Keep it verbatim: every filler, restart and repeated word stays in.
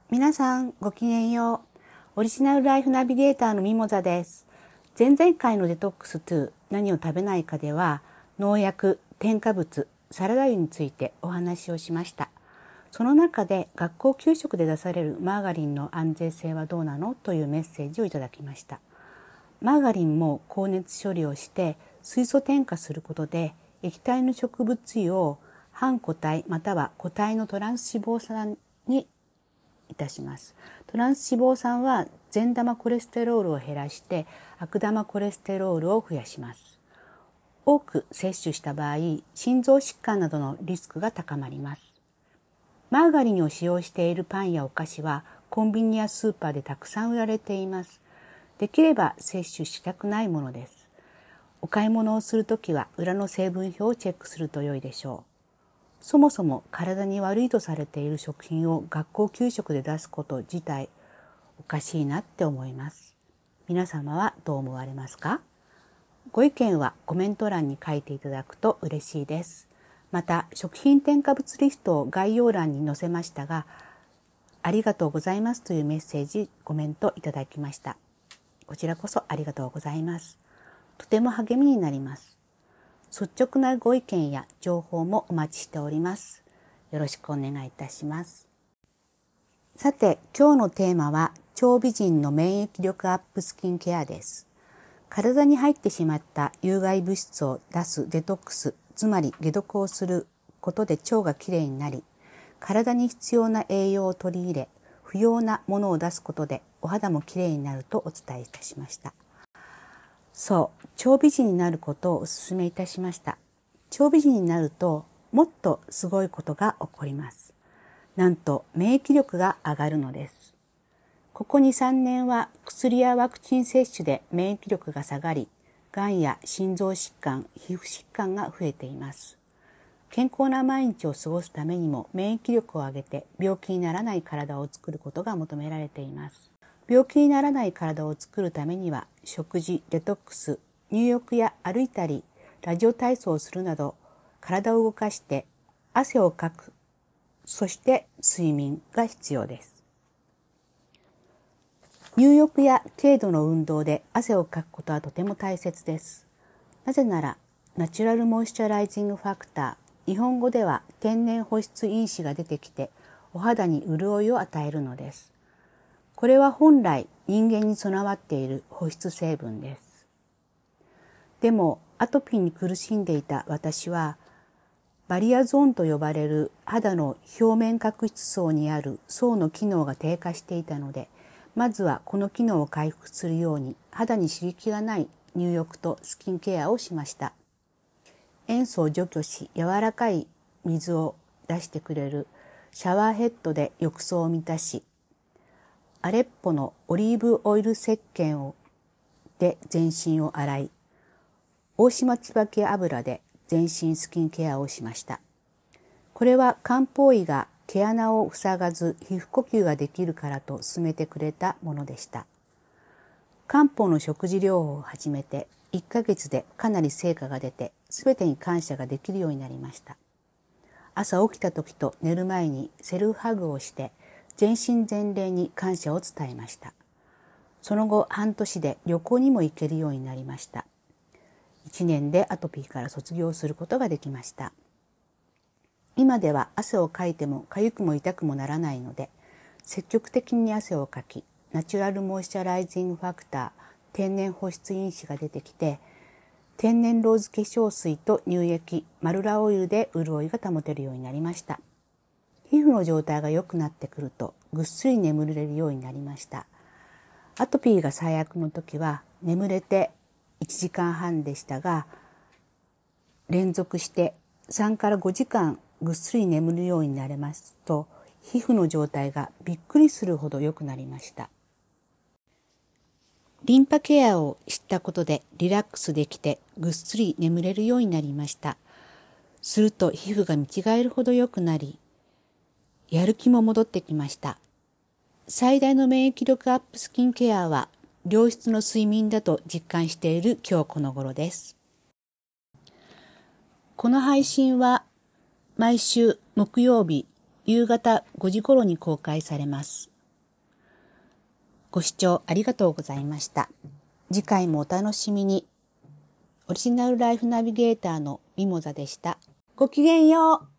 皆さんごきげんよう。オリジナルライフナビゲーターのミモザです。前々回のデトックスに何を食べないかでは農薬、添加物、サラダ油についてお話をしました。その中で学校給食で出されるマーガリンの安全性はどうなのというメッセージをいただきました。マーガリンも高熱処理をして水素添加することで液体の植物油を半固体または固体のトランス脂肪酸にいたします。トランス脂肪酸は善玉コレステロールを減らして悪玉コレステロールを増やします。多く摂取した場合、心臓疾患などのリスクが高まります。マーガリンを使用しているパンやお菓子はコンビニやスーパーでたくさん売られています。できれば摂取したくないものです。お買い物をするときは裏の成分表をチェックすると良いでしょう。そもそも体に悪いとされている食品を学校給食で出すこと自体おかしいなって思います。皆様はどう思われますか？ご意見はコメント欄に書いていただくと嬉しいです。また食品添加物リストを概要欄に載せましたが、ありがとうございますというメッセージ、コメントいただきました。こちらこそありがとうございます。とても励みになります。率直なご意見や情報もお待ちしております。よろしくお願いいたします。さて、今日のテーマは超美人の免疫力アップスキンケアです。体に入ってしまった有害物質を出すデトックス、つまり解毒をすることで腸がきれいになり、体に必要な栄養を取り入れ、不要なものを出すことでお肌もきれいになるとお伝えいたしました。そう、超美人になることをお勧めいたしました。超美人になるともっとすごいことが起こります。なんと免疫力が上がるのです。ここに、さんねんは薬やワクチン接種で免疫力が下がり、がんや心臓疾患、皮膚疾患が増えています。健康な毎日を過ごすためにも免疫力を上げて病気にならない体を作ることが求められています。病気にならない体を作るためには食事、デトックス、入浴や歩いたりラジオ体操をするなど体を動かして汗をかく、そして睡眠が必要です。入浴や軽度の運動で汗をかくことはとても大切です。なぜならナチュラルモイスチャライジングファクター、日本語では天然保湿因子が出てきてお肌に潤いを与えるのです。これは本来人間に備わっている保湿成分です。でもアトピーに苦しんでいた私はバリアゾーンと呼ばれる肌の表面角質層にある層の機能が低下していたので、まずはこの機能を回復するように肌に刺激がない入浴とスキンケアをしました。塩素を除去し柔らかい水を出してくれるシャワーヘッドで浴槽を満たし、アレッポのオリーブオイル石鹸をで全身を洗い、大島椿油で全身スキンケアをしました。これは漢方医が毛穴を塞がず皮膚呼吸ができるからと勧めてくれたものでした。漢方の食事療法を始めていっかげつでかなり成果が出て、すべてに感謝ができるようになりました。朝起きた時と寝る前にセルフハグをして全身全霊に感謝を伝えました。その後半年で旅行にも行けるようになりました。いちねんでアトピーから卒業することができました。今では汗をかいても痒くも痛くもならないので、積極的に汗をかき、ナチュラルモイスチャライジングファクター、天然保湿因子が出てきて、天然ローズ化粧水と乳液、マルラオイルで潤いが保てるようになりました。皮膚の状態が良くなってくるとぐっすり眠れるようになりました。アトピーが最悪の時は眠れていちじかんはんでしたが、連続してさんからごじかんぐっすり眠るようになれますと、皮膚の状態がびっくりするほど良くなりました。リンパケアを知ったことでリラックスできてぐっすり眠れるようになりました。すると皮膚が見違えるほど良くなり、やる気も戻ってきました。最大の免疫力アップスキンケアは良質の睡眠だと実感している今日この頃です。この配信は毎週木曜日夕方ごじ頃に公開されます。 ご視聴ありがとうございました。次回もお楽しみに。オリジナルライフナビゲーターのミモザでした。ごきげんよう。